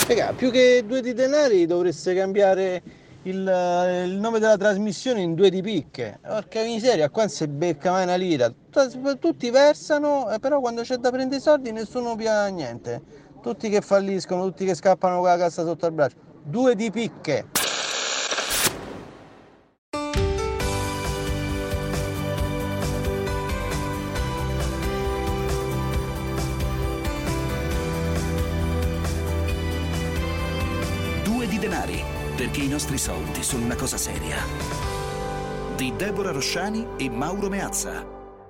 Raga, più che due di denari dovreste cambiare il nome della trasmissione in due di picche. Porca miseria, qua non si becca mai una lira. Tutti versano, però quando c'è da prendere i soldi nessuno pia niente. Tutti che falliscono, tutti che scappano con la cassa sotto al braccio. Due di picche. Due di denari, perché i nostri soldi sono una cosa seria. Di Deborah Rosciani e Mauro Meazza.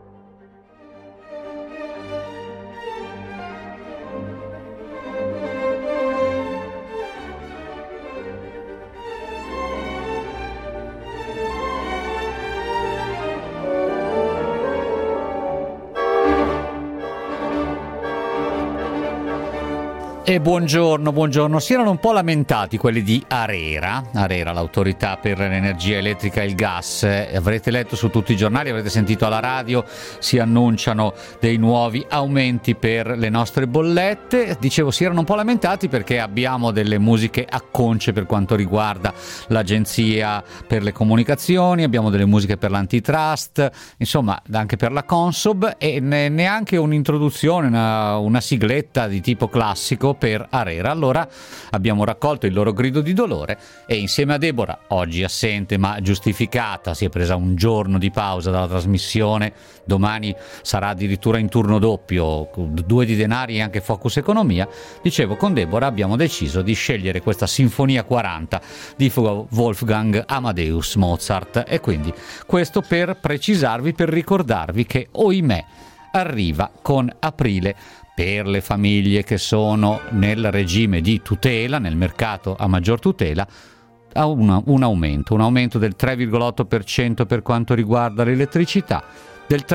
E buongiorno. Si erano un po' lamentati quelli di ARERA, l'autorità per l'energia elettrica e il gas. Avrete letto su tutti i giornali, avrete sentito alla radio, si annunciano dei nuovi aumenti per le nostre bollette. Dicevo, si erano un po' lamentati perché abbiamo delle musiche acconce per quanto riguarda l'Agenzia per le Comunicazioni, abbiamo delle musiche per l'antitrust, insomma anche per la Consob, e neanche un'introduzione, una sigletta di tipo classico per ARERA. Allora abbiamo raccolto il loro grido di dolore e insieme a Deborah, oggi assente ma giustificata, si è presa un giorno di pausa dalla trasmissione, domani sarà addirittura in turno doppio, due di denari e anche Focus Economia. Dicevo, con Deborah abbiamo deciso di scegliere questa Sinfonia 40 di Wolfgang Amadeus Mozart, e quindi questo per precisarvi, per ricordarvi che, ohimè, arriva con aprile per le famiglie che sono nel regime di tutela, nel mercato a maggior tutela, a un aumento del 3,8% per quanto riguarda l'elettricità, del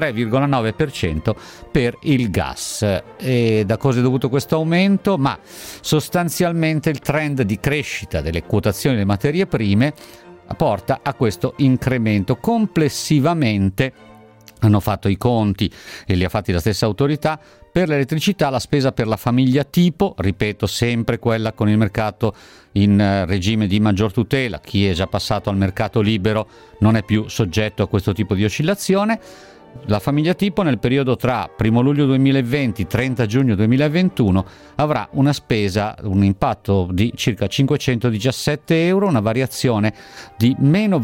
3,9% per il gas. E da cosa è dovuto questo aumento? Ma sostanzialmente il trend di crescita delle quotazioni delle materie prime porta a questo incremento. Complessivamente, hanno fatto i conti e li ha fatti la stessa autorità, per l'elettricità la spesa per la famiglia tipo, ripeto sempre quella con il mercato in regime di maggior tutela, chi è già passato al mercato libero non è più soggetto a questo tipo di oscillazione. La famiglia tipo nel periodo tra 1 luglio 2020 e 30 giugno 2021 avrà una spesa, un impatto di circa 517 euro, una variazione di meno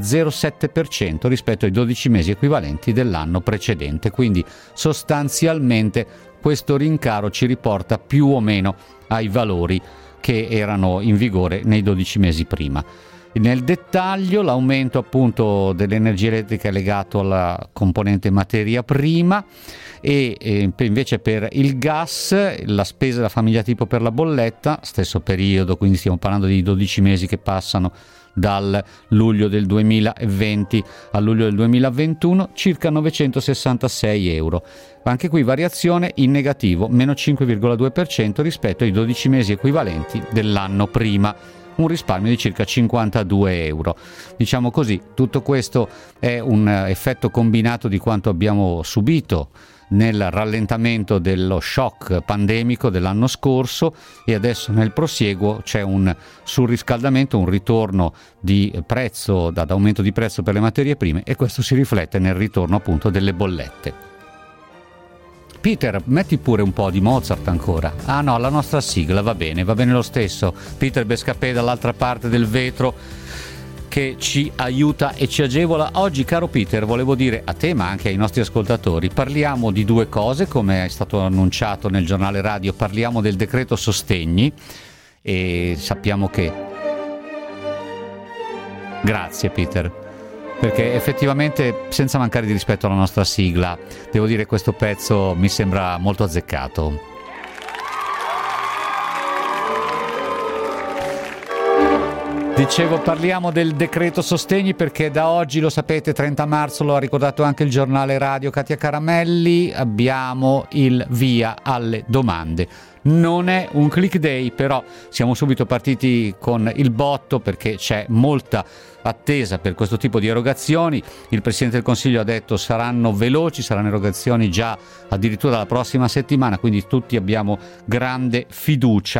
0,07% rispetto ai 12 mesi equivalenti dell'anno precedente. Quindi sostanzialmente questo rincaro ci riporta più o meno ai valori che erano in vigore nei 12 mesi prima. Nel dettaglio, l'aumento appunto dell'energia elettrica è legato alla componente materia prima, e invece per il gas la spesa della famiglia tipo per la bolletta, stesso periodo, quindi stiamo parlando di 12 mesi che passano dal luglio del 2020 al luglio del 2021, circa 966 euro. Anche qui variazione in negativo, meno 5,2% rispetto ai 12 mesi equivalenti dell'anno prima, un risparmio di circa 52 euro. Diciamo così, tutto questo è un effetto combinato di quanto abbiamo subito nel rallentamento dello shock pandemico dell'anno scorso, e adesso nel prosieguo c'è un surriscaldamento, un ritorno di prezzo, ad aumento di prezzo per le materie prime, e questo si riflette nel ritorno appunto delle bollette. Peter, metti pure un po' di Mozart ancora. Ah no, la nostra sigla va bene lo stesso. Peter Bescapè dall'altra parte del vetro, che ci aiuta e ci agevola. Oggi, caro Peter, volevo dire a te ma anche ai nostri ascoltatori, parliamo di due cose, come è stato annunciato nel giornale radio. Parliamo del decreto sostegni, e sappiamo che... Grazie Peter, perché effettivamente, senza mancare di rispetto alla nostra sigla, devo dire questo pezzo mi sembra molto azzeccato. Dicevo, parliamo del decreto sostegni perché da oggi, lo sapete, 30 marzo, lo ha ricordato anche il giornale radio Katia Caramelli, abbiamo il via alle domande. Non è un click day, però siamo subito partiti con il botto perché c'è molta attesa per questo tipo di erogazioni. Il Presidente del Consiglio ha detto saranno veloci, saranno erogazioni già addirittura dalla prossima settimana, quindi tutti abbiamo grande fiducia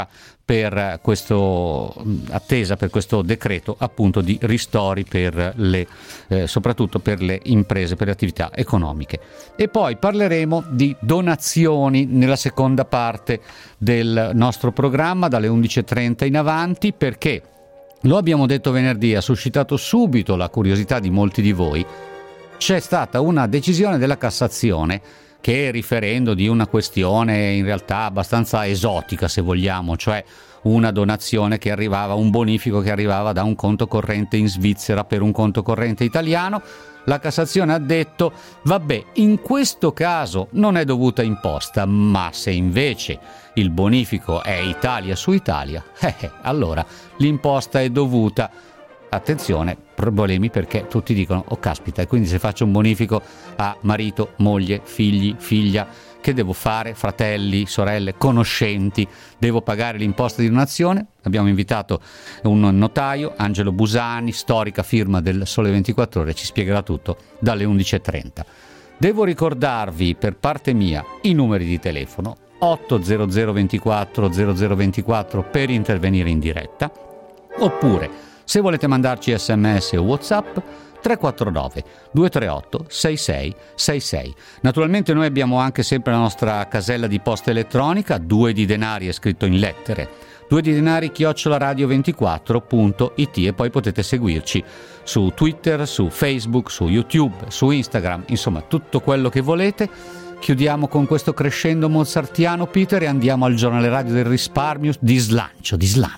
per questo attesa per questo decreto appunto di ristori per soprattutto per le imprese, per le attività economiche. E poi parleremo di donazioni nella seconda parte del nostro programma dalle 11:30 in avanti, perché lo abbiamo detto venerdì, ha suscitato subito la curiosità di molti di voi. C'è stata una decisione della Cassazione che, riferendo di una questione in realtà abbastanza esotica, se vogliamo, cioè una donazione che arrivava, un bonifico che arrivava da un conto corrente in Svizzera per un conto corrente italiano, la Cassazione ha detto: vabbè, in questo caso non è dovuta imposta, ma se invece il bonifico è Italia su Italia, allora l'imposta è dovuta. Attenzione, problemi, perché tutti dicono: oh caspita, e quindi se faccio un bonifico a marito, moglie, figli, figlia, che devo fare? Fratelli, sorelle, conoscenti, devo pagare l'imposta di donazione? Abbiamo invitato un notaio, Angelo Busani, storica firma del Sole 24 Ore, ci spiegherà tutto dalle 11:30. Devo ricordarvi per parte mia i numeri di telefono: 800 24 0024 per intervenire in diretta, oppure se volete mandarci SMS o WhatsApp 349 238 6666. Naturalmente noi abbiamo anche sempre la nostra casella di posta elettronica, 2 di denari è scritto in lettere, 2 di denari @radio24.it, e poi potete seguirci su Twitter, su Facebook, su YouTube, su Instagram, insomma tutto quello che volete. Chiudiamo con questo crescendo mozartiano, Peter, e andiamo al giornale radio del risparmio di slancio.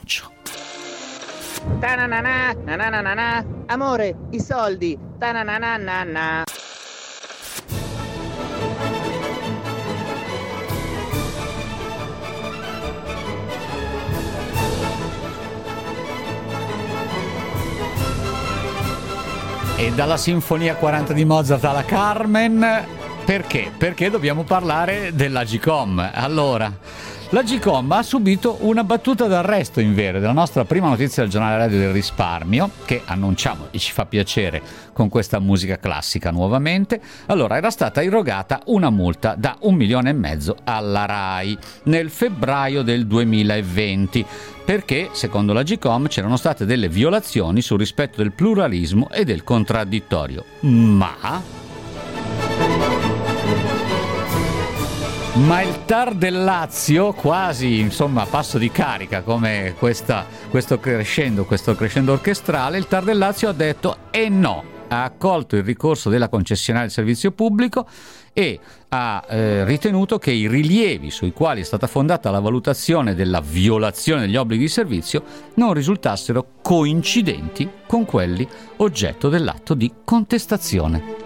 Ta-na-na-na, na-na-na-na-na. Amore, i soldi. Ta-na-na-na-na-na. E dalla Sinfonia 40 di Mozart alla Carmen, perché? Perché dobbiamo parlare dell'Agcom. Allora, l'Agcom ha subito una battuta d'arresto in vero, della nostra prima notizia del giornale radio del risparmio, che annunciamo e ci fa piacere con questa musica classica nuovamente. Allora, era stata irrogata una multa da 1,5 milioni alla RAI nel febbraio del 2020, perché secondo l'Agcom c'erano state delle violazioni sul rispetto del pluralismo e del contraddittorio. Ma il TAR del Lazio, quasi insomma a passo di carica come questo crescendo orchestrale, il TAR del Lazio ha detto no, ha accolto il ricorso della concessionaria del servizio pubblico e ha ritenuto che i rilievi sui quali è stata fondata la valutazione della violazione degli obblighi di servizio non risultassero coincidenti con quelli oggetto dell'atto di contestazione.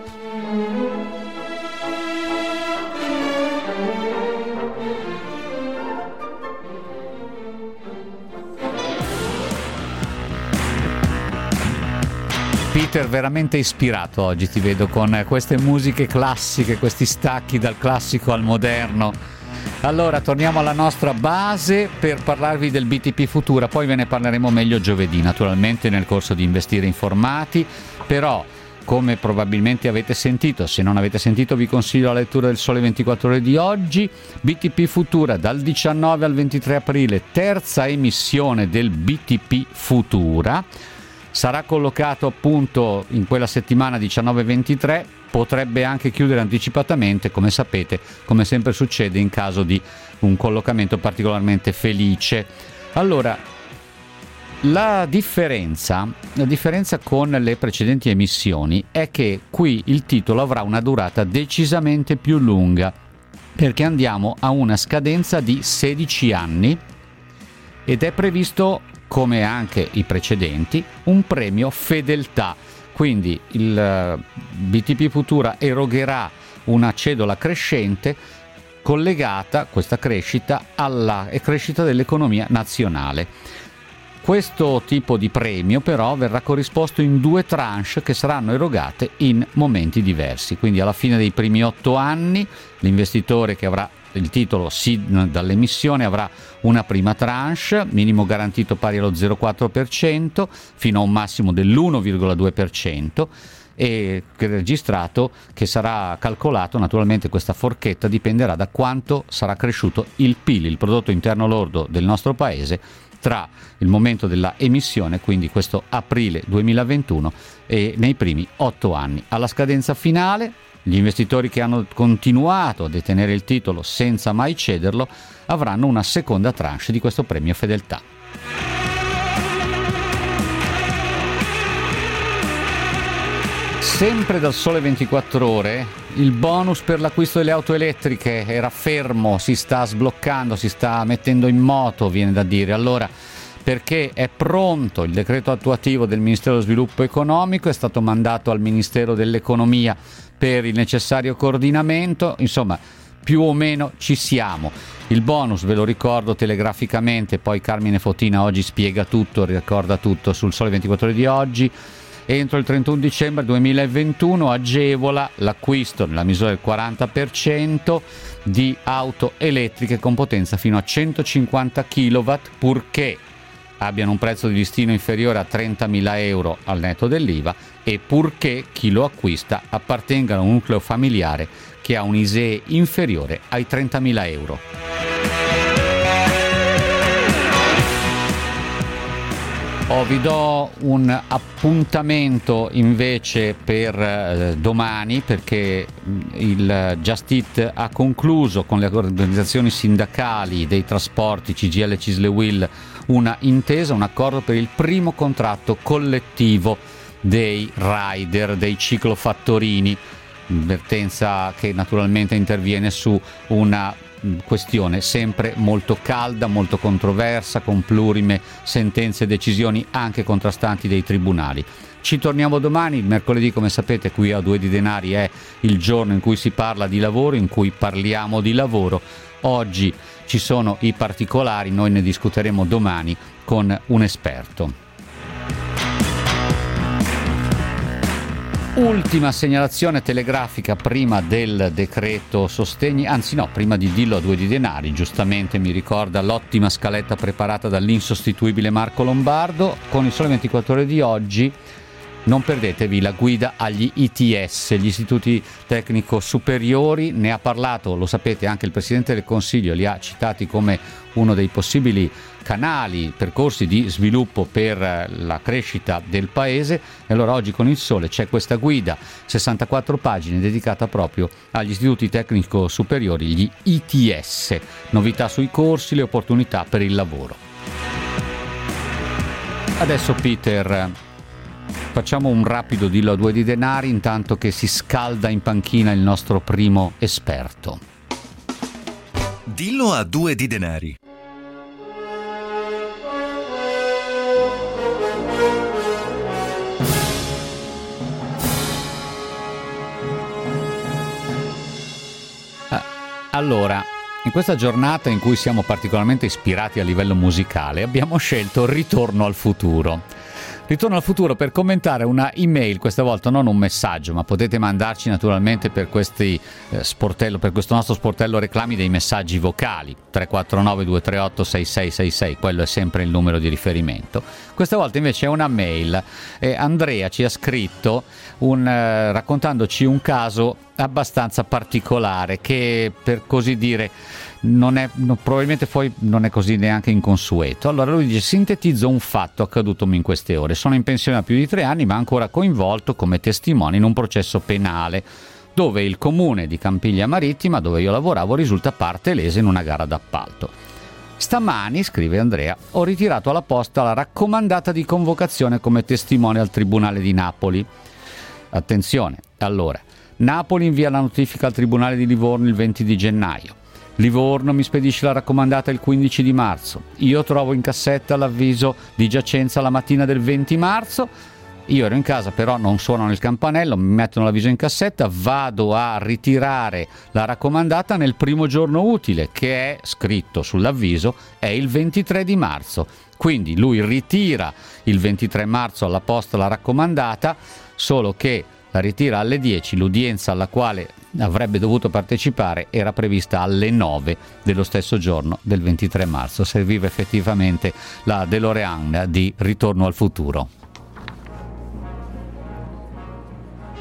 Peter, veramente ispirato oggi, ti vedo con queste musiche classiche, questi stacchi dal classico al moderno. Allora, torniamo alla nostra base per parlarvi del BTP Futura, poi ve ne parleremo meglio giovedì, naturalmente nel corso di Investire Informati, però come probabilmente avete sentito, se non avete sentito vi consiglio la lettura del Sole 24 Ore di oggi. BTP Futura dal 19 al 23 aprile, terza emissione del BTP Futura. Sarà collocato appunto in quella settimana 19-23, potrebbe anche chiudere anticipatamente, come sapete, come sempre succede in caso di un collocamento particolarmente felice. Allora, la differenza con le precedenti emissioni è che qui il titolo avrà una durata decisamente più lunga, perché andiamo a una scadenza di 16 anni ed è previsto, come anche i precedenti, un premio fedeltà. Quindi il BTP Futura erogherà una cedola crescente collegata, questa crescita, alla crescita dell'economia nazionale. Questo tipo di premio però verrà corrisposto in 2 tranche che saranno erogate in momenti diversi. Quindi alla fine dei primi 8 anni l'investitore che avrà il titolo SID dall'emissione avrà una prima tranche, minimo garantito pari allo 0,4% fino a un massimo dell'1,2%, e registrato, che sarà calcolato. Naturalmente questa forchetta dipenderà da quanto sarà cresciuto il PIL, il prodotto interno lordo del nostro paese, tra il momento della emissione, quindi questo aprile 2021, e nei primi 8 anni. Alla scadenza finale, gli investitori che hanno continuato a detenere il titolo senza mai cederlo avranno una seconda tranche di questo premio fedeltà. Sempre dal Sole 24 Ore, il bonus per l'acquisto delle auto elettriche era fermo, si sta sbloccando, si sta mettendo in moto, viene da dire. Allora, perché è pronto il decreto attuativo del Ministero dello Sviluppo Economico, è stato mandato al Ministero dell'Economia per il necessario coordinamento, insomma più o meno ci siamo. Il bonus, ve lo ricordo telegraficamente, poi Carmine Fotina oggi spiega tutto, ricorda tutto sul Sole 24 Ore di oggi. Entro il 31 dicembre 2021 agevola l'acquisto nella misura del 40% di auto elettriche con potenza fino a 150 kW, purché abbiano un prezzo di listino inferiore a 30.000 euro al netto dell'IVA e purché chi lo acquista appartenga a un nucleo familiare che ha un ISEE inferiore ai 30.000 euro. Vi do un appuntamento invece per domani, perché il Just Eat ha concluso con le organizzazioni sindacali dei trasporti CGIL, CISL e UIL una intesa, un accordo per il primo contratto collettivo dei rider, dei ciclofattorini, vertenza che naturalmente interviene su una questione sempre molto calda, molto controversa, con plurime sentenze e decisioni anche contrastanti dei tribunali. Ci torniamo domani, il mercoledì, come sapete, qui a Due di Denari è il giorno in cui si parla di lavoro, in cui parliamo di lavoro. Oggi ci sono i particolari, noi ne discuteremo domani con un esperto. Ultima segnalazione telegrafica prima del decreto sostegni, anzi no, prima di dirlo a Due di Denari, giustamente mi ricorda l'ottima scaletta preparata dall'insostituibile Marco Lombardo. Con il Sole 24 Ore di oggi non perdetevi la guida agli ITS, gli istituti tecnico superiori. Ne ha parlato, lo sapete, anche il Presidente del Consiglio, li ha citati come uno dei possibili canali, percorsi di sviluppo per la crescita del Paese. E allora oggi con il Sole c'è questa guida, 64 pagine, dedicata proprio agli istituti tecnico superiori, gli ITS, novità sui corsi, le opportunità per il lavoro. Adesso Peter, facciamo un rapido dillo a Due di Denari intanto che si scalda in panchina il nostro primo esperto. Dillo a Due di Denari. Allora, in questa giornata in cui siamo particolarmente ispirati a livello musicale, abbiamo scelto Ritorno al futuro. Ritorno al futuro per commentare una email, questa volta non un messaggio, ma potete mandarci naturalmente per questi sportello, per questo nostro sportello reclami, dei messaggi vocali 349 238 6666, quello è sempre il numero di riferimento. Questa volta invece è una mail e Andrea ci ha scritto raccontandoci un caso abbastanza particolare che, per così dire, probabilmente poi non è così neanche inconsueto. Allora lui dice: sintetizzo un fatto accadutomi in queste ore. Sono in pensione da più di 3 anni, ma ancora coinvolto come testimone in un processo penale dove il comune di Campiglia Marittima, dove io lavoravo, risulta parte lesa in una gara d'appalto. Stamani, scrive Andrea, ho ritirato alla posta la raccomandata di convocazione come testimone al Tribunale di Napoli. Attenzione, allora, Napoli invia la notifica al Tribunale di Livorno il 20 di gennaio. Livorno mi spedisce la raccomandata il 15 di marzo. Io trovo in cassetta l'avviso di giacenza la mattina del 20 marzo. Io ero in casa, però non suonano il campanello, mi mettono l'avviso in cassetta, vado a ritirare la raccomandata nel primo giorno utile, che è scritto sull'avviso, è il 23 di marzo. Quindi lui ritira il 23 marzo alla posta la raccomandata, solo che la ritira alle 10, l'udienza alla quale avrebbe dovuto partecipare era prevista alle 9 dello stesso giorno del 23 marzo. Serviva effettivamente la DeLorean di Ritorno al futuro.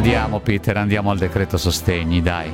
Andiamo Peter, andiamo al decreto sostegni, dai.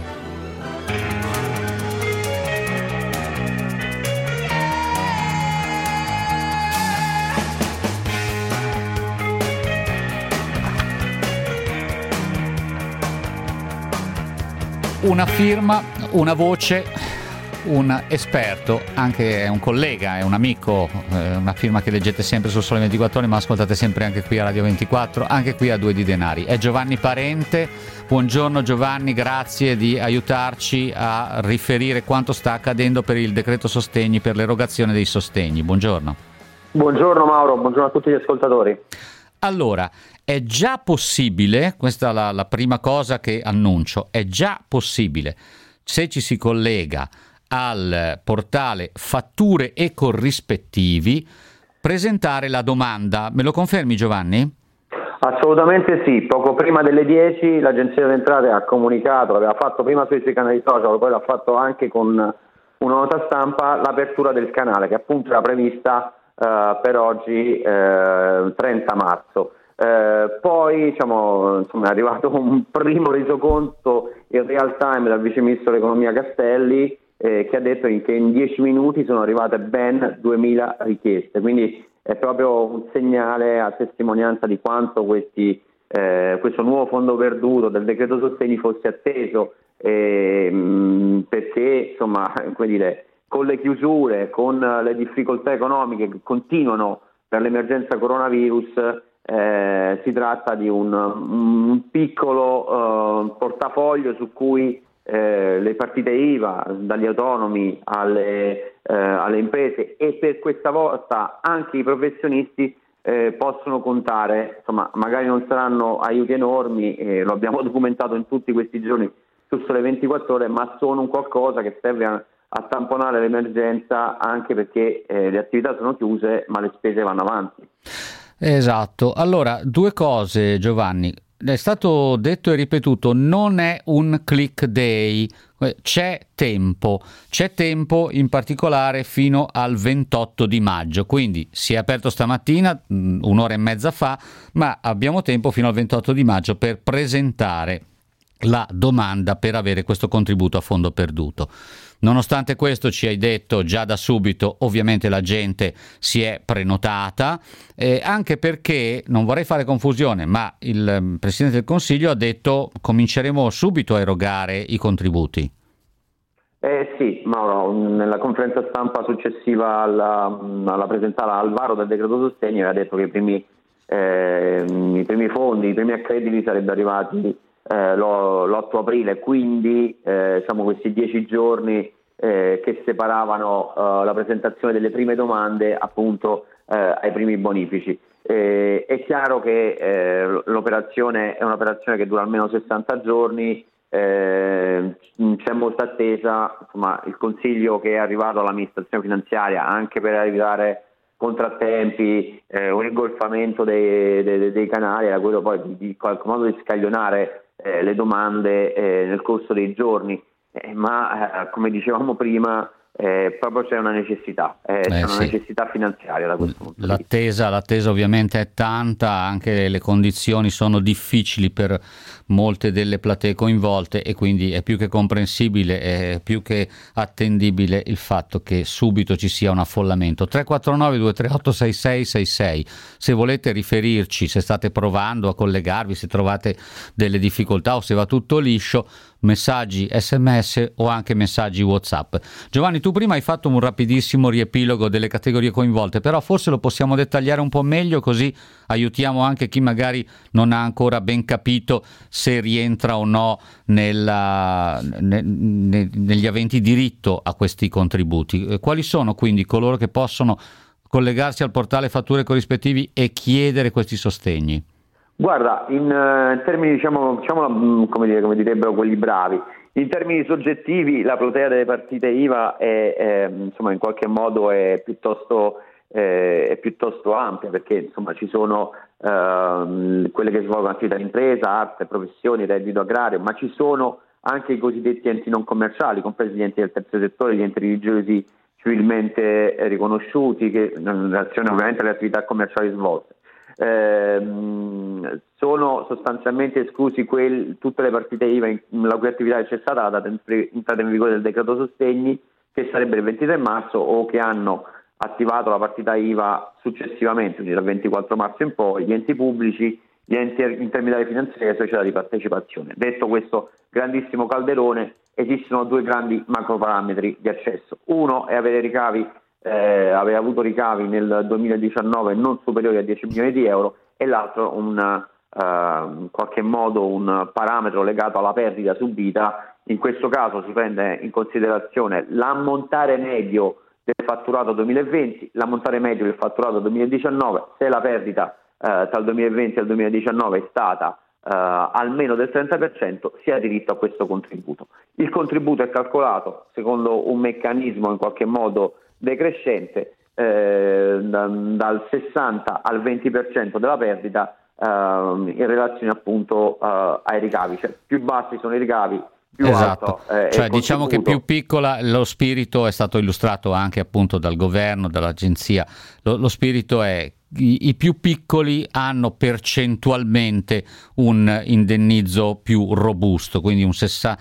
Una firma, una voce, un esperto, anche un collega, è un amico, una firma che leggete sempre su Sole 24 Ore, ma ascoltate sempre anche qui a Radio 24, anche qui a Due di Denari. È Giovanni Parente. Buongiorno Giovanni, grazie di aiutarci a riferire quanto sta accadendo per il decreto sostegni, per l'erogazione dei sostegni. Buongiorno. Buongiorno Mauro, buongiorno a tutti gli ascoltatori. Allora, è già possibile, questa è la prima cosa che annuncio, è già possibile, se ci si collega al portale fatture e corrispettivi, presentare la domanda. Me lo confermi Giovanni? Assolutamente sì, poco prima delle 10 l'Agenzia delle Entrate ha comunicato, l'aveva fatto prima sui suoi canali social, poi l'ha fatto anche con una nota stampa, l'apertura del canale che appunto era prevista per oggi 30 marzo. Poi insomma, è arrivato un primo resoconto in real time dal Vice Ministro dell'Economia Castelli che ha detto che in 10 minuti sono arrivate ben 2000 richieste, quindi è proprio un segnale a testimonianza di quanto questo nuovo fondo perduto del decreto sostegni fosse atteso, perché insomma, come dire, con le chiusure, con le difficoltà economiche che continuano per l'emergenza coronavirus, si tratta di un piccolo portafoglio su cui le partite IVA, dagli autonomi alle imprese e per questa volta anche i professionisti possono contare. Insomma, magari non saranno aiuti enormi, lo abbiamo documentato in tutti questi giorni su Sole 24 Ore, ma sono un qualcosa che serve a tamponare l'emergenza, anche perché le attività sono chiuse ma le spese vanno avanti. Esatto. Allora, due cose Giovanni. È stato detto e ripetuto, non è un click day, c'è tempo in particolare fino al 28 di maggio, quindi si è aperto stamattina, un'ora e mezza fa, ma abbiamo tempo fino al 28 di maggio per presentare la domanda per avere questo contributo a fondo perduto. Nonostante questo, ci hai detto già da subito, ovviamente la gente si è prenotata, anche perché, non vorrei fare confusione, ma il Presidente del Consiglio ha detto cominceremo subito a erogare i contributi. Sì, Mauro, nella conferenza stampa successiva alla presentata al varo del decreto sostegni aveva detto che i primi fondi, i primi accrediti sarebbero arrivati l'8 aprile, quindi diciamo questi 10 giorni che separavano la presentazione delle prime domande appunto ai primi bonifici. È chiaro che l'operazione è un'operazione che dura almeno 60 giorni, c'è molta attesa, insomma il consiglio che è arrivato all'amministrazione finanziaria anche per evitare contrattempi, un ingolfamento dei canali, era quello poi di qualche modo di scaglionare le domande nel corso dei giorni, ma come dicevamo prima proprio c'è una necessità, c'è una necessità finanziaria da questo punto di vista. L'attesa ovviamente è tanta, anche le condizioni sono difficili per molte delle platee coinvolte e quindi è più che comprensibile, è più che attendibile il fatto che subito ci sia un affollamento. 349 238 6666, se volete riferirci, se state provando a collegarvi, se trovate delle difficoltà o se va tutto liscio, messaggi SMS o anche messaggi WhatsApp. Giovanni, tu prima hai fatto un rapidissimo riepilogo delle categorie coinvolte, però forse lo possiamo dettagliare un po' meglio, così aiutiamo anche chi magari non ha ancora ben capito se rientra o no negli aventi diritto a questi contributi. Quali sono quindi coloro che possono collegarsi al portale fatture corrispettivi e chiedere questi sostegni? Guarda, in termini diciamo come direbbero quelli bravi, in termini soggettivi la platea delle partite IVA è insomma in qualche modo è piuttosto ampia, perché insomma ci sono quelle che svolgono attività di impresa, arte, professioni, reddito agrario, ma ci sono anche i cosiddetti enti non commerciali, compresi gli enti del terzo settore, gli enti religiosi civilmente riconosciuti, che in relazione ovviamente alle attività commerciali svolte. Sono sostanzialmente esclusi tutte le partite IVA la cui attività è cessata alla data entrata in vigore del decreto sostegni, che sarebbe il 23 marzo, o che hanno attivato la partita IVA successivamente, quindi dal 24 marzo in poi, gli enti pubblici, gli enti intermediari finanziari e le società di partecipazione. Detto questo grandissimo calderone, esistono due grandi macroparametri di accesso. Uno è avere avere avuto ricavi nel 2019 non superiori a 10 milioni di euro, e l'altro in qualche modo un parametro legato alla perdita subita. In questo caso si prende in considerazione l'ammontare medio del fatturato 2020, l'ammontare medio del fatturato 2019. Se la perdita tra il 2020 e il 2019 è stata almeno del 30%, si ha diritto a questo contributo. Il contributo è calcolato secondo un meccanismo in qualche modo decrescente, dal 60 al 20% della perdita in relazione appunto ai ricavi, cioè più bassi sono i ricavi, più esatto, alto cioè diciamo che più piccola, lo spirito è stato illustrato anche appunto dal governo, dall'agenzia, lo spirito è i più piccoli hanno percentualmente un indennizzo più robusto, quindi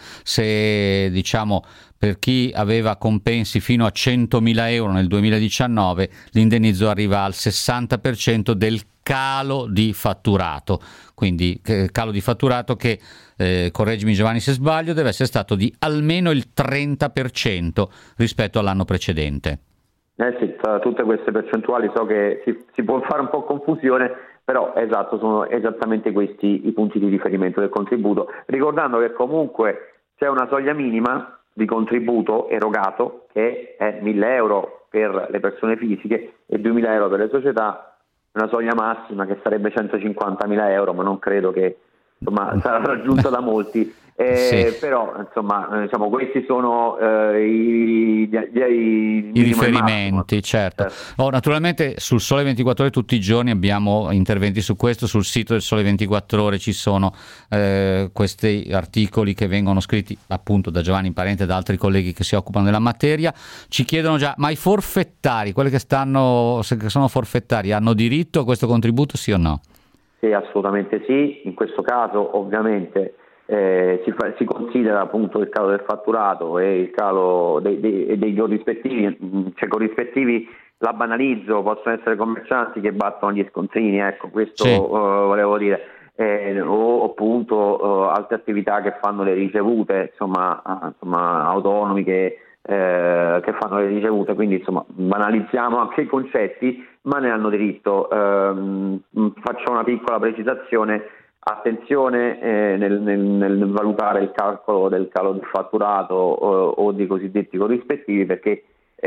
se diciamo per chi aveva compensi fino a 100.000 euro nel 2019, l'indennizzo arriva al 60% del calo di fatturato, quindi calo di fatturato che, correggimi Giovanni se sbaglio, deve essere stato di almeno il 30% rispetto all'anno precedente. Sì, tra tutte queste percentuali so che si può fare un po' confusione, però esatto, sono esattamente questi i punti di riferimento del contributo, ricordando che comunque c'è una soglia minima di contributo erogato che è 1.000 euro per le persone fisiche e 2.000 euro per le società, una soglia massima che sarebbe 150.000 euro, ma non credo che sarà raggiunta da molti. Sì. Però insomma diciamo questi sono i riferimenti, certo. Naturalmente sul Sole 24 Ore tutti i giorni abbiamo interventi su questo, sul sito del Sole 24 Ore ci sono questi articoli che vengono scritti appunto da Giovanni Parente e da altri colleghi che si occupano della materia. Ci chiedono già, ma i forfettari, quelli che sono forfettari, hanno diritto a questo contributo, sì o no? Sì, assolutamente sì. In questo caso ovviamente si considera appunto il calo del fatturato e il calo dei corrispettivi, cioè corrispettivi, la banalizzo, possono essere commercianti che battono gli scontrini, ecco, questo sì. Volevo dire, o appunto altre attività che fanno le ricevute, insomma autonomi che fanno le ricevute, quindi insomma banalizziamo anche i concetti, ma ne hanno diritto. Faccio una piccola precisazione: attenzione nel valutare il calcolo del calo del fatturato o dei cosiddetti corrispettivi, perché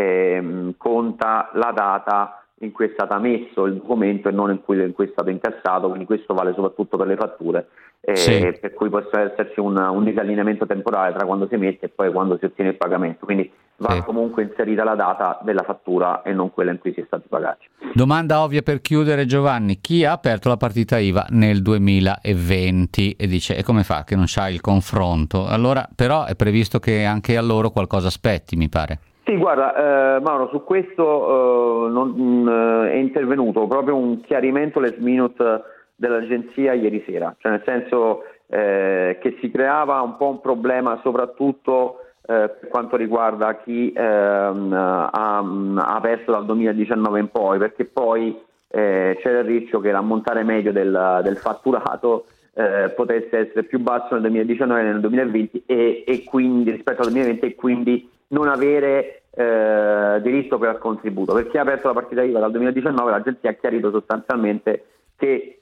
conta la data in cui è stato emesso il documento e non in cui è stato incassato, quindi questo vale soprattutto per le fatture, sì. Per cui può esserci un disallineamento temporale tra quando si emette e poi quando si ottiene il pagamento, quindi va sì. comunque inserita la data della fattura e non quella in cui si è stati pagati. Domanda ovvia per chiudere, Giovanni: chi ha aperto la partita IVA nel 2020 e dice e come fa che non c'ha il confronto? Allora però è previsto che anche a loro qualcosa aspetti, mi pare. Sì, guarda, Mauro, su questo è intervenuto proprio un chiarimento last minute dell'agenzia ieri sera, cioè nel senso che si creava un po' un problema soprattutto per quanto riguarda chi ha aperto dal 2019 in poi, perché poi c'era il rischio che l'ammontare medio del fatturato potesse essere più basso nel 2019 che nel 2020 e quindi rispetto al 2020 e quindi non avere diritto per il contributo. Per chi ha aperto la partita IVA dal 2019 l'agenzia ha chiarito sostanzialmente che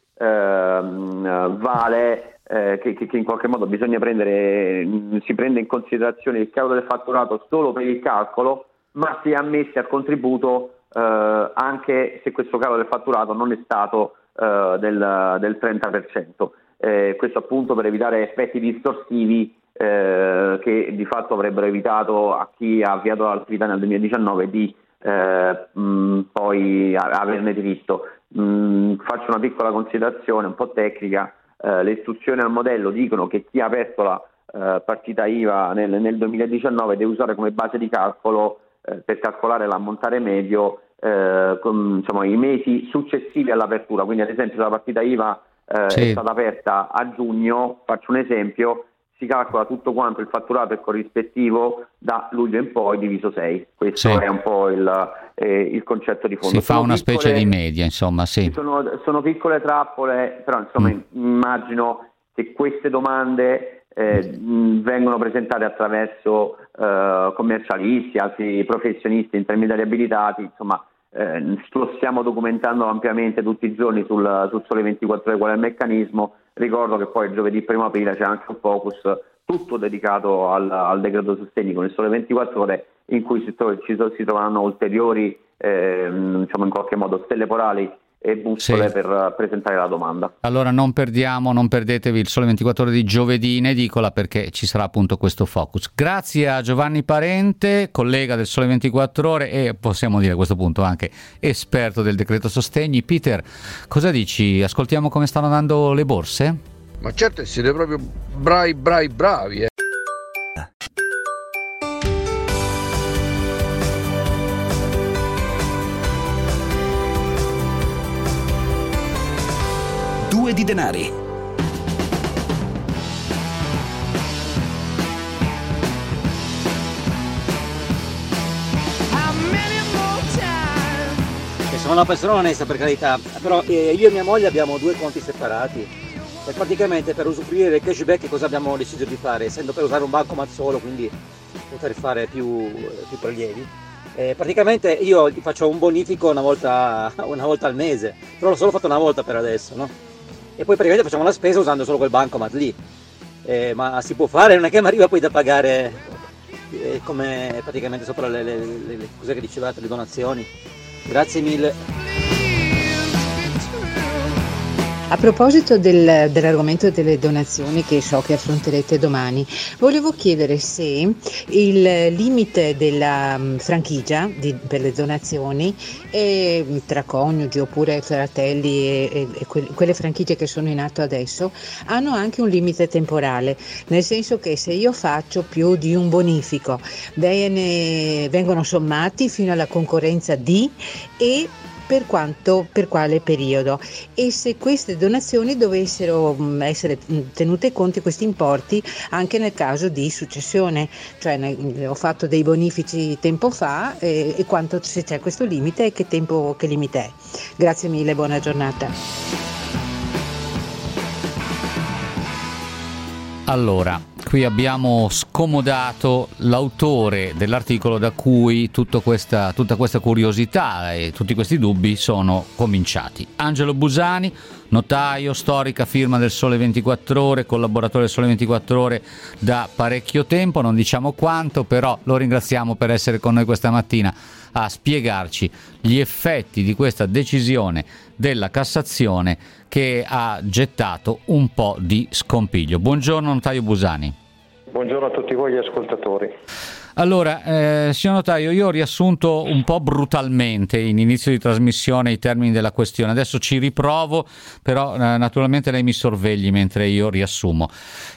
vale che in qualche modo si prende in considerazione il calo del fatturato solo per il calcolo, ma si è ammessi al contributo anche se questo calo del fatturato non è stato del 30%. Questo appunto per evitare effetti distorsivi che di fatto avrebbero evitato a chi ha avviato l'attività nel 2019 di poi averne diritto. Faccio una piccola considerazione un po' tecnica. Le istruzioni al modello dicono che chi ha aperto la partita IVA nel 2019 deve usare come base di calcolo per calcolare l'ammontare medio i mesi successivi all'apertura, quindi ad esempio se la partita IVA è stata aperta a giugno, faccio un esempio, si calcola tutto quanto il fatturato e corrispettivo da luglio in poi diviso 6. Questo è un po' il concetto di fondo. Si fa una specie di media, insomma, sì. Sono piccole trappole, però insomma immagino che queste domande vengono presentate attraverso commercialisti, altri professionisti, intermediari abilitati, insomma lo stiamo documentando ampiamente tutti i giorni sul Sole 24 Ore qual è il meccanismo. Ricordo che poi giovedì 1 aprile c'è anche un focus tutto dedicato al decreto sostegni con il Sole 24 Ore, in cui si trovano ulteriori in qualche modo stelle polari e bussole per presentare la domanda. Allora non perdetevi il Sole 24 Ore di giovedì in edicola, perché ci sarà appunto questo focus. Grazie a Giovanni Parente, collega del Sole 24 Ore e possiamo dire a questo punto anche esperto del decreto sostegni. Peter, cosa dici? Ascoltiamo come stanno andando le borse? Ma certo, siete proprio bravi. Due di denari. Sono una persona onesta, per carità, però io e mia moglie abbiamo 2 conti separati e praticamente per usufruire del cashback cosa abbiamo deciso di fare, essendo per usare un bancomat solo, quindi poter fare più prelievi. Praticamente io faccio un bonifico una volta al mese, però l'ho solo fatto una volta per adesso, no? E poi praticamente facciamo la spesa usando solo quel bancomat lì, ma si può fare, non è che mi arriva poi da pagare come praticamente sopra le cose che dicevate, le donazioni. Grazie mille. A proposito dell'argomento delle donazioni che so che affronterete domani, volevo chiedere se il limite della franchigia per le donazioni tra coniugi oppure fratelli e quelle franchigie che sono in atto adesso hanno anche un limite temporale, nel senso che se io faccio più di un bonifico vengono sommati fino alla concorrenza D e per quale periodo, e se queste donazioni dovessero essere tenute conto questi importi anche nel caso di successione, cioè ho fatto dei bonifici tempo fa e quanto, se c'è questo limite e che limite è. Grazie mille, buona giornata. Allora, qui abbiamo scomodato l'autore dell'articolo da cui tutta questa curiosità e tutti questi dubbi sono cominciati. Angelo Busani, notaio, storica firma del Sole 24 Ore, collaboratore del Sole 24 Ore da parecchio tempo, non diciamo quanto, però lo ringraziamo per essere con noi questa mattina a spiegarci gli effetti di questa decisione della Cassazione che ha gettato un po' di scompiglio. Buongiorno notaio Busani. Buongiorno a tutti voi gli ascoltatori. Allora, signor notaio, io ho riassunto un po' brutalmente in inizio di trasmissione i termini della questione, adesso ci riprovo, però naturalmente lei mi sorvegli mentre io riassumo.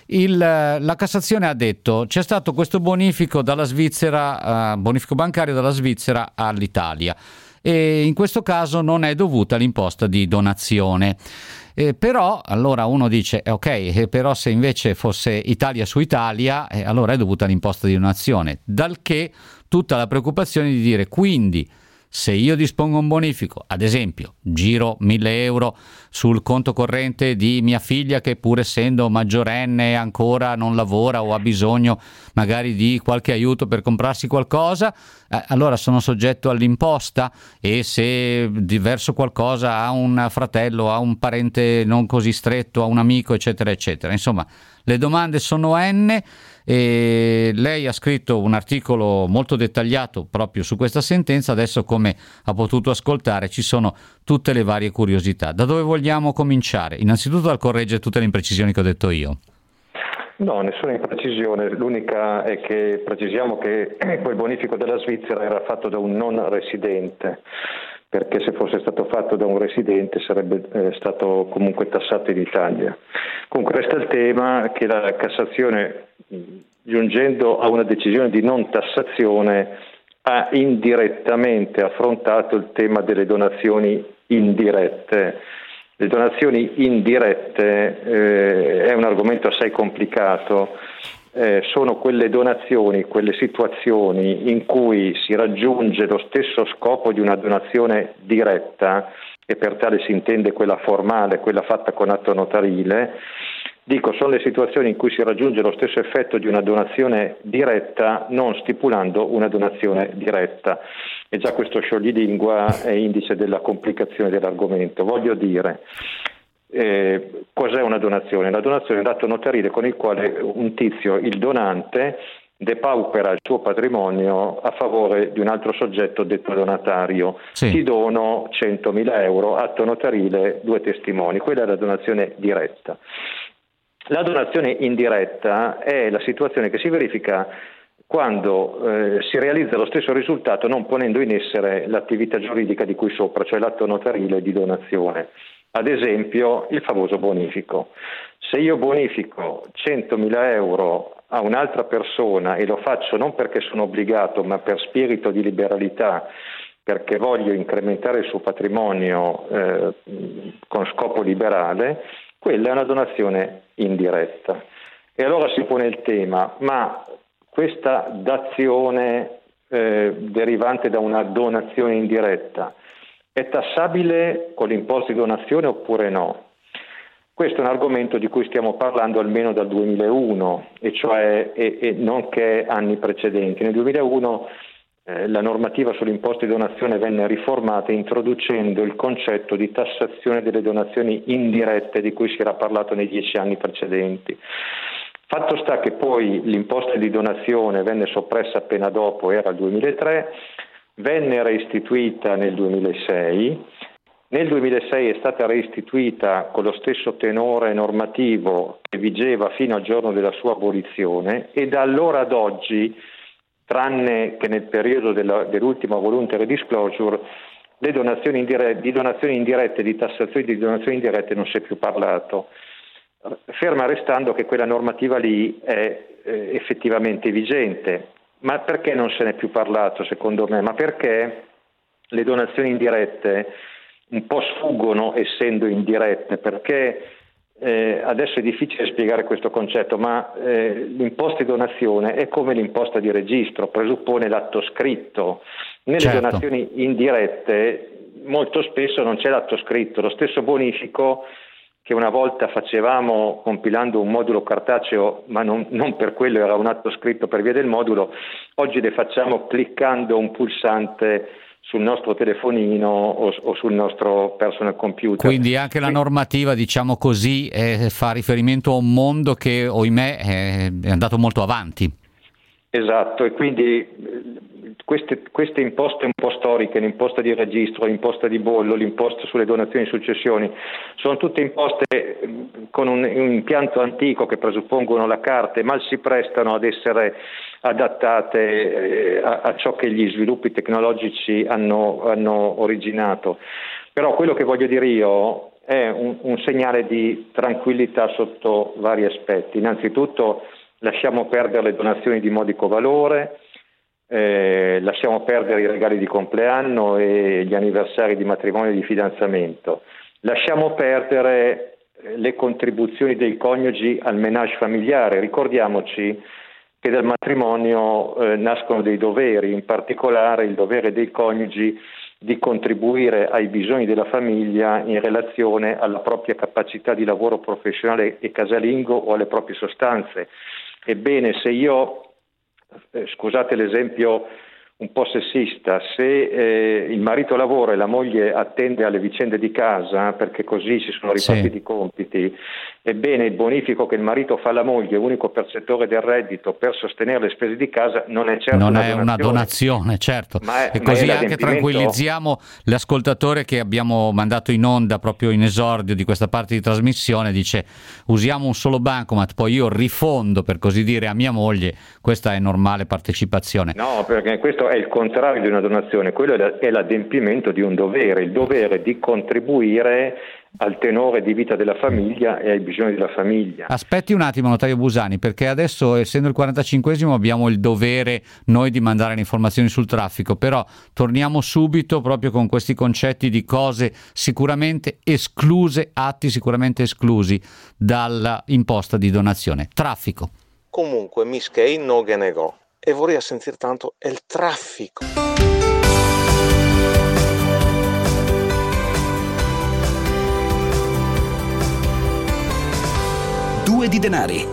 La Cassazione ha detto c'è stato questo bonifico dalla Svizzera, bonifico bancario dalla Svizzera all'Italia, e in questo caso non è dovuta l'imposta di donazione. Però allora uno dice ok, però se invece fosse Italia su Italia allora è dovuta l'imposta di donazione, dal che tutta la preoccupazione di dire quindi se io dispongo un bonifico, ad esempio giro 1.000 euro sul conto corrente di mia figlia che pur essendo maggiorenne ancora non lavora o ha bisogno magari di qualche aiuto per comprarsi qualcosa, allora sono soggetto all'imposta, e se verso qualcosa a un fratello, a un parente non così stretto, a un amico eccetera eccetera. Insomma, le domande sono N e lei ha scritto un articolo molto dettagliato proprio su questa sentenza. Adesso, come ha potuto ascoltare, ci sono tutte le varie curiosità. Da dove vogliamo cominciare? Innanzitutto dal correggere tutte le imprecisioni che ho detto io. No, nessuna imprecisione, l'unica è che precisiamo che quel bonifico della Svizzera era fatto da un non residente, perché se fosse stato fatto da un residente sarebbe stato comunque tassato in Italia. Comunque resta il tema che la Cassazione, giungendo a una decisione di non tassazione, ha indirettamente affrontato il tema delle donazioni indirette. Le donazioni indirette è un argomento assai complicato. Sono quelle donazioni, quelle situazioni in cui si raggiunge lo stesso scopo di una donazione diretta, e per tale si intende quella formale, quella fatta con atto notarile. Dico, sono le situazioni in cui si raggiunge lo stesso effetto di una donazione diretta non stipulando una donazione diretta. E già questo scioglilingua è indice della complicazione dell'argomento. Voglio dire, cos'è una donazione? La donazione è un atto notarile con il quale un tizio, il donante, depaupera il suo patrimonio a favore di un altro soggetto detto donatario. Sì. Ti dono 100.000 euro, atto notarile, 2 testimoni. Quella è la donazione diretta. La donazione indiretta è la situazione che si verifica quando si realizza lo stesso risultato non ponendo in essere l'attività giuridica di cui sopra, cioè l'atto notarile di donazione. Ad esempio il famoso bonifico. Se io bonifico 100.000 euro a un'altra persona e lo faccio non perché sono obbligato ma per spirito di liberalità, perché voglio incrementare il suo patrimonio con scopo liberale, quella è una donazione indiretta. E allora si pone il tema, ma questa dazione derivante da una donazione indiretta è tassabile con l'imposta di donazione oppure no? Questo è un argomento di cui stiamo parlando almeno dal 2001, e cioè non che anni precedenti. Nel 2001 la normativa sull'imposta di donazione venne riformata introducendo il concetto di tassazione delle donazioni indirette di cui si era parlato nei 10 anni precedenti. Fatto sta che poi l'imposta di donazione venne soppressa appena dopo, era il 2003, venne reistituita nel 2006. Nel 2006 è stata reistituita con lo stesso tenore normativo che vigeva fino al giorno della sua abolizione, e da allora ad oggi, tranne che nel periodo dell'ultima voluntary disclosure, le donazioni indirette, di tassazione di donazioni indirette non si è più parlato, ferma restando che quella normativa lì è effettivamente vigente. Ma perché non se ne è più parlato, secondo me? Ma perché le donazioni indirette un po' sfuggono essendo indirette, perché adesso è difficile spiegare questo concetto, ma l'imposta di donazione è come l'imposta di registro, presuppone l'atto scritto. Nelle donazioni indirette molto spesso non c'è l'atto scritto. Lo stesso bonifico che una volta facevamo compilando un modulo cartaceo, ma non per quello era un atto scritto per via del modulo, oggi le facciamo cliccando un pulsante sul nostro telefonino o sul nostro personal computer. Quindi anche la normativa, diciamo così, fa riferimento a un mondo che, ohimè, è andato molto avanti. Esatto, e quindi queste imposte un po' storiche, l'imposta di registro, l'imposta di bollo, l'imposta sulle donazioni e successioni, sono tutte imposte con un impianto antico che presuppongono la carta e mal si prestano ad essere adattate a ciò che gli sviluppi tecnologici hanno originato. Però quello che voglio dire io è un segnale di tranquillità sotto vari aspetti. Innanzitutto lasciamo perdere le donazioni di modico valore, lasciamo perdere i regali di compleanno e gli anniversari di matrimonio e di fidanzamento, lasciamo perdere le contribuzioni dei coniugi al ménage familiare. Ricordiamoci che dal matrimonio nascono dei doveri, in particolare il dovere dei coniugi di contribuire ai bisogni della famiglia in relazione alla propria capacità di lavoro professionale e casalingo o alle proprie sostanze. Ebbene, se io, scusate l'esempio un po' sessista, se il marito lavora e la moglie attende alle vicende di casa perché così si sono ripartiti i compiti, ebbene il bonifico che il marito fa alla moglie, unico percettore del reddito per sostenere le spese di casa, non è certo una donazione, certo. E così anche tranquillizziamo l'ascoltatore che abbiamo mandato in onda proprio in esordio di questa parte di trasmissione, dice usiamo un solo bancomat, poi io rifondo per così dire a mia moglie, questa è normale partecipazione. No, perché questo è il contrario di una donazione, quello è l'adempimento di un dovere, il dovere di contribuire al tenore di vita della famiglia e ai bisogni della famiglia. Aspetti un attimo, notaio Busani, perché adesso, essendo il 45esimo, abbiamo il dovere noi di mandare le informazioni sul traffico, però torniamo subito proprio con questi concetti di cose sicuramente escluse, atti sicuramente esclusi dalla imposta di donazione. Traffico. Comunque, Mischei non che negò e vorrei sentire tanto il traffico. Due di denari.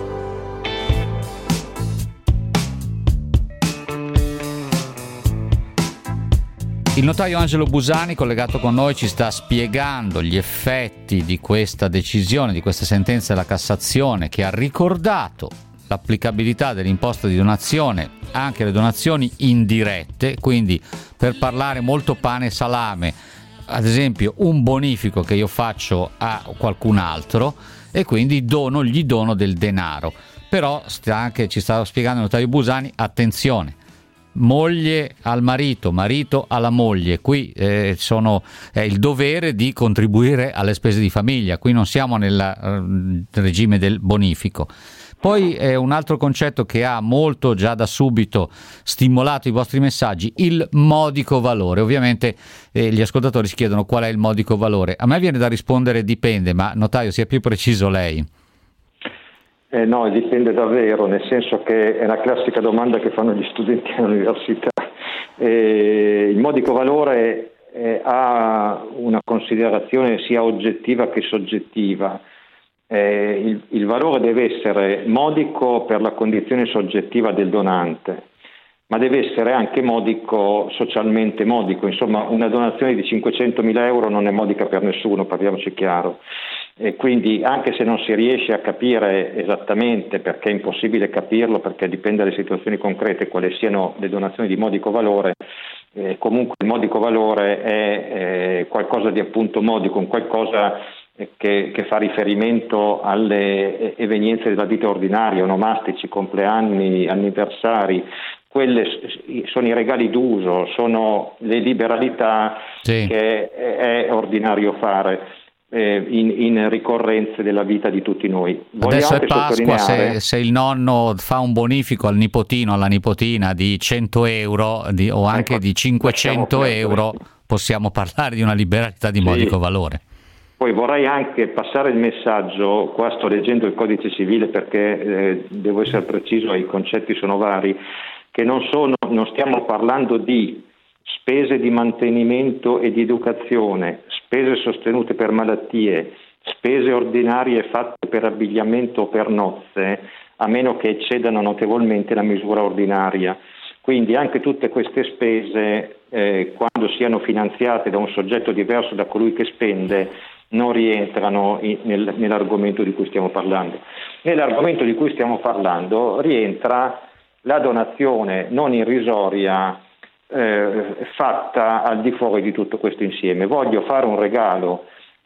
Il notaio Angelo Busani, collegato con noi, ci sta spiegando gli effetti di questa decisione, di questa sentenza della Cassazione, che ha ricordato l'applicabilità dell'imposta di donazione anche alle donazioni indirette, quindi per parlare molto pane e salame, ad esempio un bonifico che io faccio a qualcun altro e quindi gli dono del denaro. Però ci sta spiegando il notaio Busani, attenzione, moglie al marito, marito alla moglie, qui è il dovere di contribuire alle spese di famiglia, qui non siamo nel regime del bonifico. Poi un altro concetto che ha molto già da subito stimolato i vostri messaggi, il modico valore. Ovviamente gli ascoltatori si chiedono qual è il modico valore. A me viene da rispondere dipende, ma notaio, sia più preciso lei. No, dipende davvero, nel senso che è la classica domanda che fanno gli studenti all'università. Il modico valore ha una considerazione sia oggettiva che soggettiva. Il valore deve essere modico per la condizione soggettiva del donante, ma deve essere anche modico, socialmente modico. Insomma, una donazione di 500.000 euro non è modica per nessuno, parliamoci chiaro. E quindi anche se non si riesce a capire esattamente, perché è impossibile capirlo, perché dipende dalle situazioni concrete quali siano le donazioni di modico valore, comunque il modico valore è qualcosa di appunto modico, un qualcosa che fa riferimento alle evenienze della vita ordinaria, onomastici, compleanni, anniversari. Quelle sono i regali d'uso, sono le liberalità che è ordinario fare in ricorrenze della vita di tutti noi. Adesso è Pasqua, se il nonno fa un bonifico al nipotino, alla nipotina di 100 euro o anche di 500 euro, possiamo parlare di una liberalità di modico valore. Poi vorrei anche passare il messaggio, qua sto leggendo il codice civile perché devo essere preciso, i concetti sono vari, che non stiamo parlando di spese di mantenimento e di educazione, spese sostenute per malattie, spese ordinarie fatte per abbigliamento o per nozze, a meno che eccedano notevolmente la misura ordinaria. Quindi anche tutte queste spese, quando siano finanziate da un soggetto diverso da colui che spende, non rientrano nell'argomento di cui stiamo parlando. Nell'argomento di cui stiamo parlando rientra la donazione non irrisoria fatta al di fuori di tutto questo insieme. Voglio fare un regalo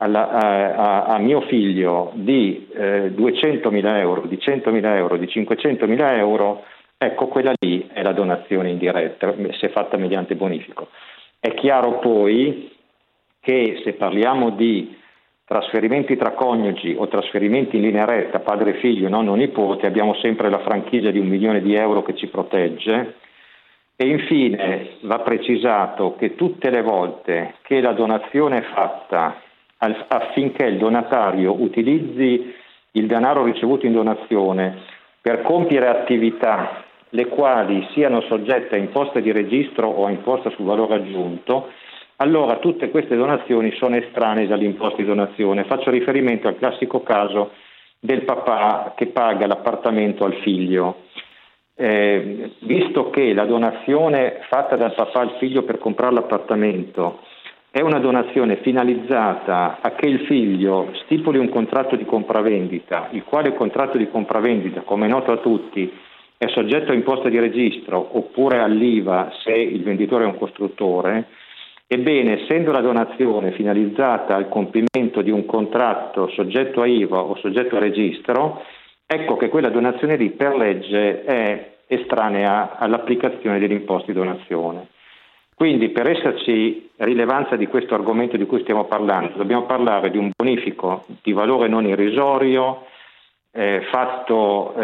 a mio figlio di 200.000 euro, di 100.000 euro, di 500.000 euro, ecco, quella lì è la donazione indiretta, se fatta mediante bonifico. È chiaro poi che se parliamo di trasferimenti tra coniugi o trasferimenti in linea retta, padre figlio, nonno nipote, abbiamo sempre la franchigia di 1 milione di euro che ci protegge. E infine va precisato che tutte le volte che la donazione è fatta affinché il donatario utilizzi il denaro ricevuto in donazione per compiere attività le quali siano soggette a imposta di registro o a imposta sul valore aggiunto, allora tutte queste donazioni sono estranee dall'imposta di donazione. Faccio riferimento al classico caso del papà che paga l'appartamento al figlio. Visto che la donazione fatta dal papà al figlio per comprare l'appartamento è una donazione finalizzata a che il figlio stipuli un contratto di compravendita, il quale contratto di compravendita, come è noto a tutti, è soggetto a imposta di registro oppure all'IVA se il venditore è un costruttore, ebbene, essendo la donazione finalizzata al compimento di un contratto soggetto a IVA o soggetto a registro, ecco che quella donazione lì per legge è estranea all'applicazione dell'imposta di donazione. Quindi, per esserci rilevanza di questo argomento di cui stiamo parlando, dobbiamo parlare di un bonifico di valore non irrisorio, fatto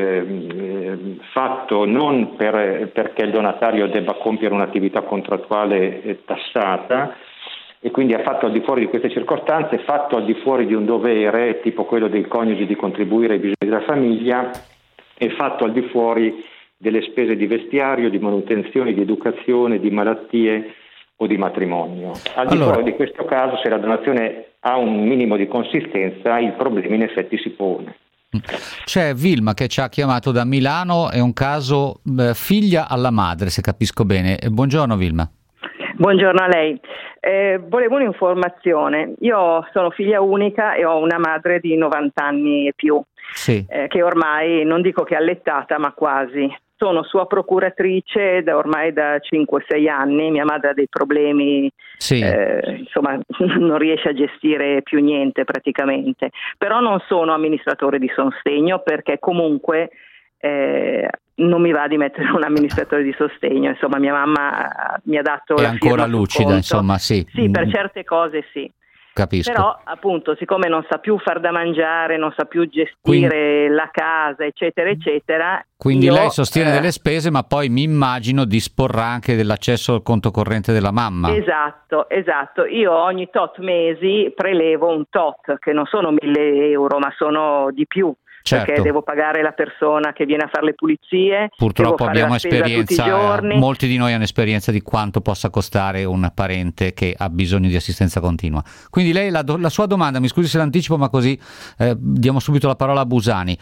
non perché il donatario debba compiere un'attività contrattuale tassata, e quindi è fatto al di fuori di queste circostanze, fatto al di fuori di un dovere tipo quello del coniuge di contribuire ai bisogni della famiglia, e fatto al di fuori delle spese di vestiario, di manutenzione, di educazione, di malattie o di matrimonio. Al di fuori di questo caso, se la donazione ha un minimo di consistenza, il problema in effetti si pone. C'è Vilma che ci ha chiamato da Milano, è un caso figlia alla madre, se capisco bene. Buongiorno Vilma. Buongiorno a lei. Volevo un'informazione. Io sono figlia unica e ho una madre di 90 anni e più, sì. Che ormai, non dico che è allettata, ma quasi. Sono sua procuratrice ormai da 5-6 anni. Mia madre ha dei problemi, sì. Insomma, non riesce a gestire più niente praticamente. Però non sono amministratore di sostegno, perché comunque non mi va di mettere un amministratore di sostegno. Insomma, mia mamma mi ha dato è la ancora firma sul lucida, conto. insomma, sì. Sì, per certe cose sì. Capisco. Però appunto, siccome non sa più far da mangiare, non sa più gestire la casa, eccetera eccetera, quindi io, lei sostiene delle spese, ma poi mi immagino disporrà anche dell'accesso al conto corrente della mamma. Esatto. Io ogni tot mesi prelevo un tot, che non sono 1.000 euro, ma sono di più. Certo. Perché devo pagare la persona che viene a fare le pulizie. Purtroppo abbiamo esperienza, tutti i giorni. molti di noi hanno esperienza di quanto possa costare un parente che ha bisogno di assistenza continua. Quindi lei, la sua domanda, mi scusi se l'anticipo, ma così diamo subito la parola a Busani,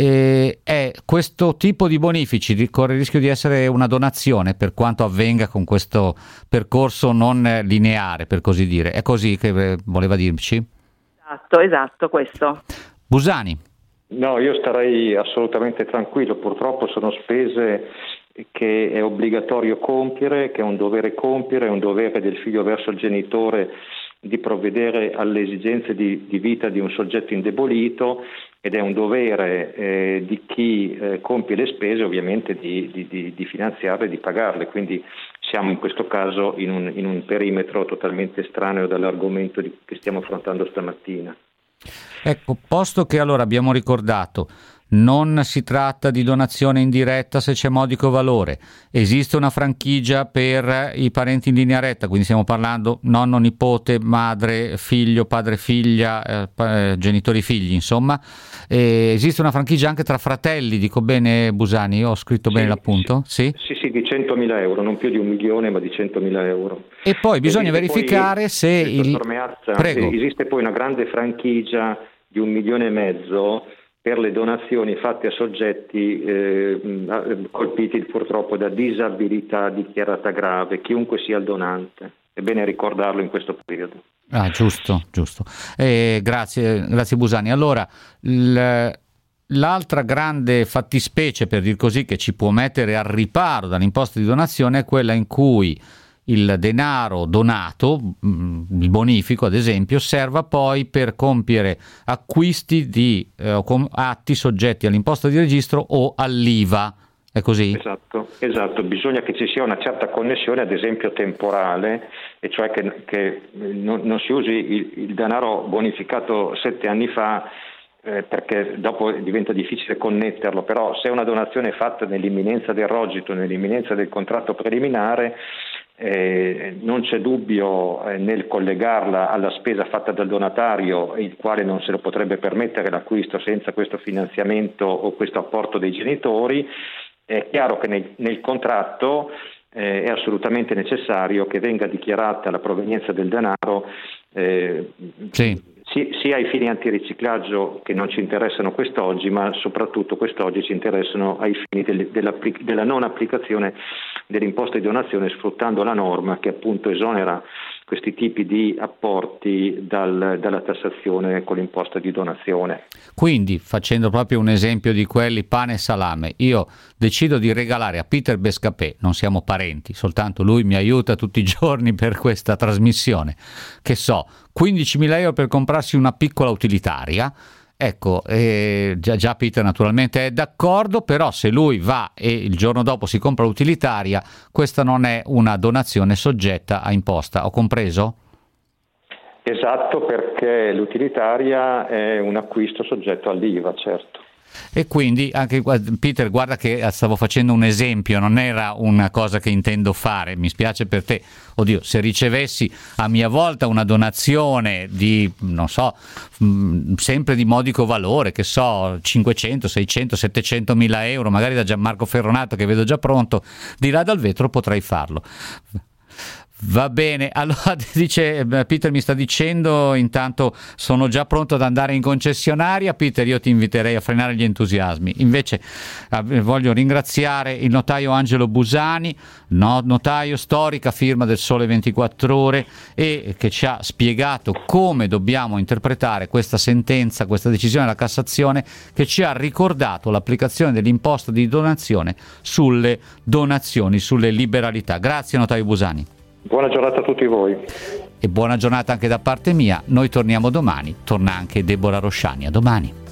è questo tipo di bonifici corre il rischio di essere una donazione, per quanto avvenga con questo percorso non lineare, per così dire. È così che voleva dirci? Esatto, questo. Busani. No, io starei assolutamente tranquillo. Purtroppo sono spese che è obbligatorio compiere, che è un dovere compiere, è un dovere del figlio verso il genitore di provvedere alle esigenze di vita di un soggetto indebolito, ed è un dovere di chi compie le spese ovviamente di finanziarle e di pagarle. Quindi siamo in questo caso in un perimetro totalmente estraneo dall'argomento che stiamo affrontando stamattina. Ecco, posto che allora abbiamo ricordato, non si tratta di donazione indiretta se c'è modico valore, esiste una franchigia per i parenti in linea retta, quindi stiamo parlando nonno, nipote, madre, figlio, padre, figlia, genitori, figli, insomma. Esiste una franchigia anche tra fratelli, dico bene Busani, ho scritto bene l'appunto? Sì, di 100.000 euro, non più di 1 milione ma di 100.000 euro. E poi bisogna verificare se Prego. Esiste poi una grande franchigia di 1,5 milioni per le donazioni fatte a soggetti colpiti purtroppo da disabilità dichiarata grave, chiunque sia il donante. È bene ricordarlo in questo periodo. Giusto. Grazie Busani. Allora, l'altra grande fattispecie, per dir così, che ci può mettere al riparo dall'imposta di donazione è quella in cui il denaro donato, il bonifico ad esempio, serva poi per compiere acquisti di atti soggetti all'imposta di registro o all'IVA. È così? Esatto, bisogna che ci sia una certa connessione, ad esempio temporale, e cioè che non si usi il denaro bonificato 7 anni fa, perché dopo diventa difficile connetterlo. Però se una donazione è fatta nell'imminenza del rogito, nell'imminenza del contratto preliminare, non c'è dubbio nel collegarla alla spesa fatta dal donatario, il quale non se lo potrebbe permettere l'acquisto senza questo finanziamento o questo apporto dei genitori. È chiaro che nel contratto è assolutamente necessario che venga dichiarata la provenienza del denaro, sia ai fini antiriciclaggio, che non ci interessano quest'oggi, ma soprattutto quest'oggi ci interessano ai fini della non applicazione dell'imposta di donazione, sfruttando la norma che appunto esonera questi tipi di apporti dalla tassazione con l'imposta di donazione. Quindi, facendo proprio un esempio di quelli pane e salame, io decido di regalare a Peter Bescapè, non siamo parenti, soltanto lui mi aiuta tutti i giorni per questa trasmissione, che so, 15.000 euro per comprarsi una piccola utilitaria, ecco, già Peter naturalmente è d'accordo, però se lui va e il giorno dopo si compra l'utilitaria, questa non è una donazione soggetta a imposta, ho compreso? Esatto, perché l'utilitaria è un acquisto soggetto all'IVA, certo. E quindi anche Peter, guarda che stavo facendo un esempio, non era una cosa che intendo fare, mi spiace per te. Oddio, se ricevessi a mia volta una donazione di, non so, sempre di modico valore, che so, 500, 600, 700 mila euro, magari da Gianmarco Ferronato che vedo già pronto, di là dal vetro potrei farlo. Va bene, allora dice Peter, mi sta dicendo intanto sono già pronto ad andare in concessionaria. Peter, io ti inviterei a frenare gli entusiasmi, invece voglio ringraziare il notaio Angelo Busani, notaio storica, firma del Sole 24 Ore, e che ci ha spiegato come dobbiamo interpretare questa sentenza, questa decisione della Cassazione, che ci ha ricordato l'applicazione dell'imposta di donazione sulle donazioni, sulle liberalità. Grazie notaio Busani. Buona giornata a tutti voi. E buona giornata anche da parte mia. Noi torniamo domani, torna anche Deborah Rosciani. A domani.